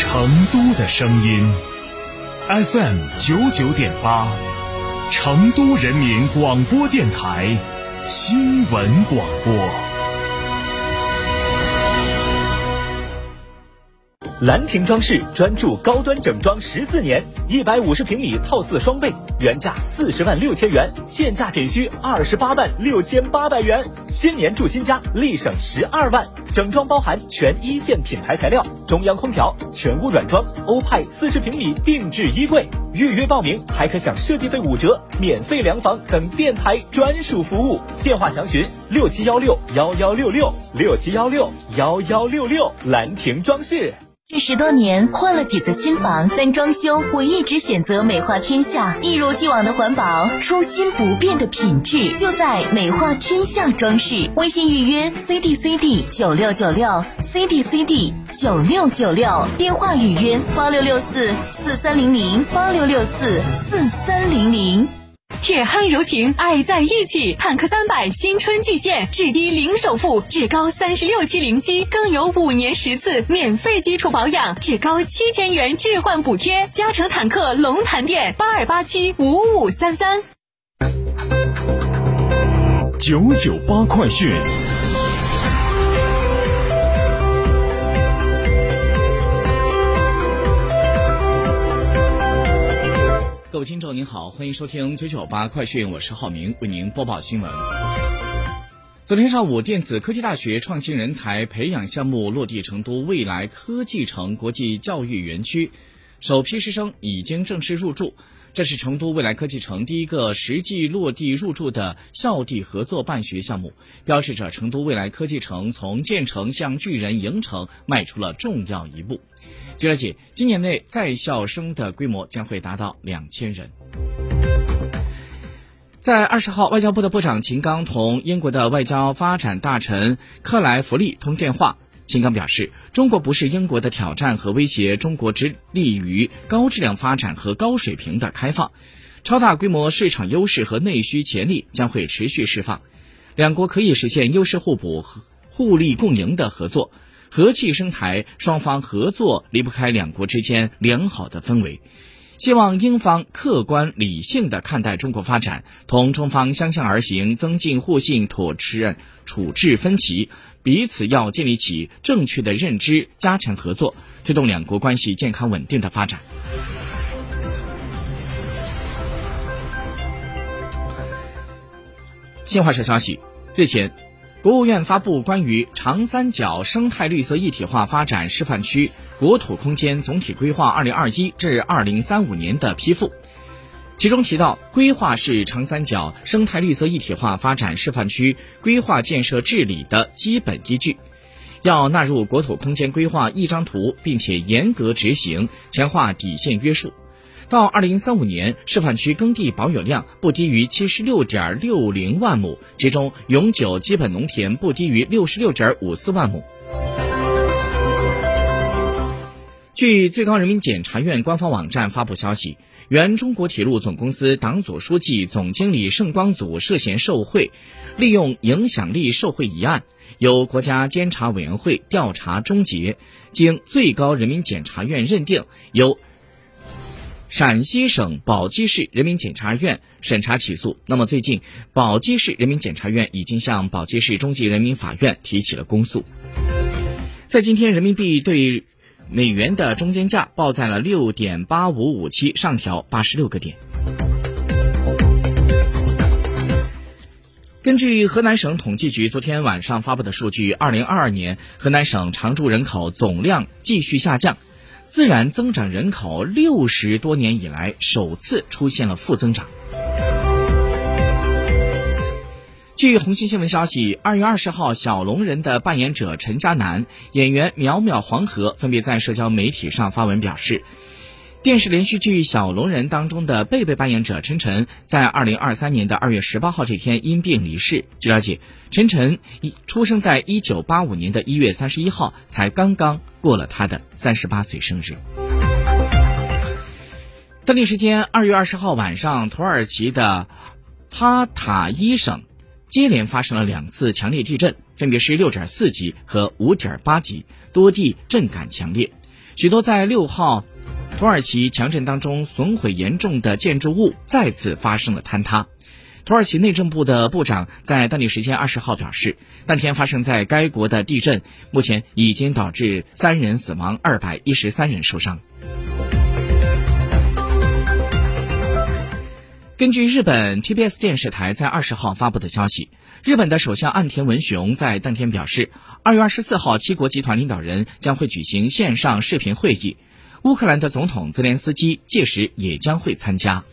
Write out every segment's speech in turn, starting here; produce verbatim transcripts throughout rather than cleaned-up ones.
成都的声音 F M 九九点八，成都人民广播电台新闻广播。 兰亭装饰专注高端整装十四年，一百五十平米套四双倍，原价四十万六千元，现价仅需二十八万六千八百元。新年住新家，立省十二万。整装包含全一线品牌材料、中央空调、全屋软装、欧派四十平米定制衣柜。预约报名还可享设计费五折、免费量房等电台专属服务。电话详询六七幺六幺幺六六六七幺六幺幺六六。兰亭装饰。 这十多年换了几次新房，但装修我一直选择美化天下，一如既往的环保，初心不变的品质，就在美化天下装饰。微信预约 C D C D 九六九六 C D C D 九六九六，电话预约八六六四四三零零八六六四四三零零。 铁汉柔情，爱在一起。坦克三百新春季限，至低零首付，至高三十六期零息，更有五年十次免费基础保养，至高七千元置换补贴。嘉诚坦克龙潭店八二八七五五三三。 九九八快讯。 各位听众您好，欢迎收听九九八快讯，我是浩明，为您播报新闻。昨天上午，电子科技大学创新人才培养项目落地成都未来科技城国际教育园区，首批师生已经正式入驻。这是成都未来科技城第一个实际落地入驻的校地合作办学项目，标志着成都未来科技城从建成向巨人营城迈出了重要一步。据了解，今年内在校生的规模将会达到两千人。在二十号，外交部的部长秦刚同英国的外交发展大臣克莱弗利通电话。秦刚表示，中国不是英国的挑战和威胁，中国致力于高质量发展和高水平的开放，超大规模市场优势和内需潜力将会持续释放，两国可以实现优势互补、互利共赢的合作。和气生财，双方合作离不开两国之间良好的氛围。希望英方客观理性地看待中国发展，同中方相向而行，增进互信，妥善处置分歧，彼此要建立起正确的认知，加强合作，推动两国关系健康稳定的发展。新华社消息，日前国务院发布关于长三角生态绿色一体化发展示范区国土空间总体规划二零二一至二零三五年的批复，其中提到，规划是长三角生态绿色一体化发展示范区规划建设治理的基本依据，要纳入国土空间规划一张图，并且严格执行，强化底线约束。到二零三五年，示范区耕地保有量不低于七十六点六零万亩，其中永久基本农田不低于六十六点五四万亩。据最高人民检察院官方网站发布消息，原中国铁路总公司党组书记、总经理盛光祖涉嫌受贿，利用影响力受贿一案，由国家监察委员会调查终结，经最高人民检察院认定，由陕西省宝鸡市人民检察院审查起诉。那么最近，宝鸡市人民检察院已经向宝鸡市中级人民法院提起了公诉。在今天，人民币对美元的中间价报在了 六点八五五七， 上调八十六个点。根据河南省统计局昨天晚上发布的数据，二零二二年河南省常住人口总量继续下降，自然增长人口六十多年以来首次出现了负增长。据红星新闻消息，二月二十号，小龙人的扮演者陈嘉楠、演员苗苗黄河分别在社交媒体上发文表示，电视连续剧《小龙人》当中的贝贝扮演者陈晨，在二零二三年的二月十八号这天因病离世。据了解，陈晨出生在一九八五年的一月三十一号，才刚刚过了他的三十八岁生日。当地时间二月二十号晚上，土耳其的哈塔伊省接连发生了两次强烈地震，分别是 六点四级和 五点八级，多地震感强烈。 许多在六号土耳其强震当中损毁严重的建筑物再次发生了坍塌。土耳其内政部的部长在当地时间二十号表示，当天发生在该国的地震目前已经导致三人死亡，二百一十三人受伤。根据日本 T B S 电视台在二十号发布的消息，日本的首相岸田文雄在当天表示，二月二十四号七国集团领导人将会举行线上视频会议，乌克兰的总统泽连斯基届时也将会参加。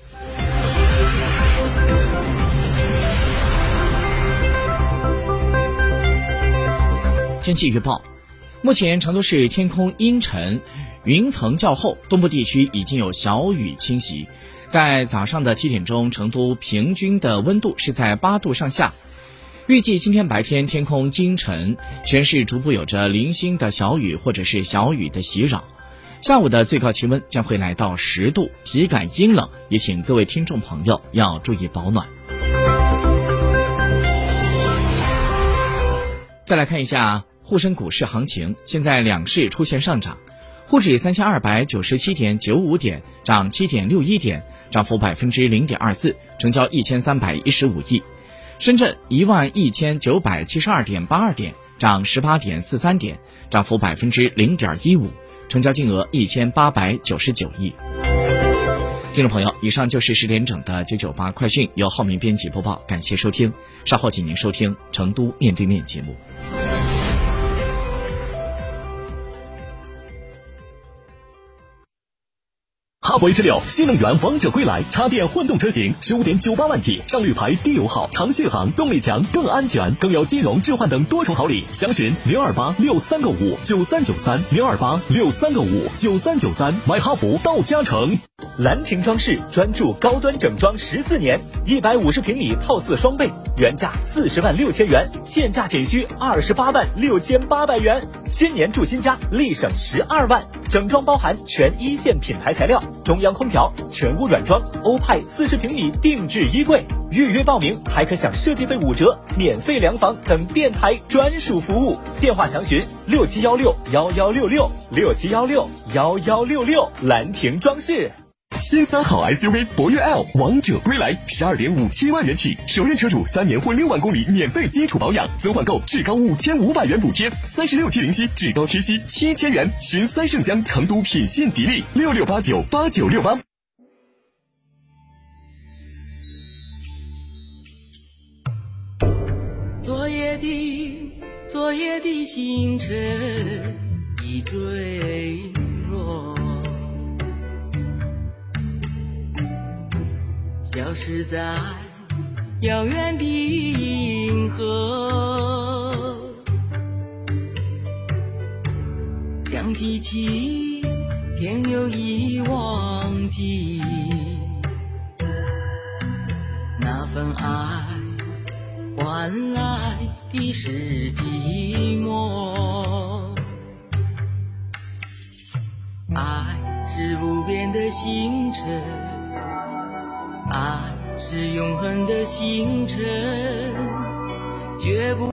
天气预报，目前成都市天空阴沉，云层较厚，东部地区已经有小雨侵袭。在早上的七点钟，成都平均的温度是在八度上下。预计今天白天天空阴沉，全市逐步有着零星的小雨或者是小雨的袭扰。下午的最高气温将会来到十度，体感阴冷，也请各位听众朋友要注意保暖。再来看一下沪深股市行情，现在两市出现上涨，沪指三千二百九十七点九五点，涨七点六一点，涨幅百分之零点二四，成交一千三百一十五亿。深圳一万一千九百七十二点八二点，涨十八点四三点，涨幅百分之零点一五，成交金额一千八百九十九亿。听众朋友，以上就是十点整的九九八快讯，由浩明编辑播报，感谢收听。稍后请您收听成都面对面节目。 哈弗 H 六 新能源王者归来，插电混动车型十五点九八万起，上绿牌低油耗，长续航，动力强，更安全，更有金融置换等多重好礼。详询零二八六三个五九三九三零二八六三个五九三九三，买哈弗到嘉诚。兰亭装饰专注高端整装十四年，一百五十平米套四双倍，原价四十万六千元，现价仅需二十八万六千八百元。新年住新家，立省十二万。整装包含全一线品牌材料，中央空调，全屋软装，欧派四十平米定制衣柜。预约报名还可享设计费五折、免费量房等电台专属服务。电话详询六七幺六幺幺六六六七幺六幺幺六六。兰亭装饰。新三好 S U V 博越 L 王者归来，十二点五七万元起，首任车主三年或六万公里免费基础保养，增换购至高五千五百元补贴，三十六期零息至高贴息七千元。寻三圣江成都品信吉利六六八九八九六八。 昨夜的昨夜的星辰已坠落，消失在遥远的银河，想记起便又已忘记那份爱换来的是寂寞。爱是不变的星辰，爱是永恒的星辰，绝不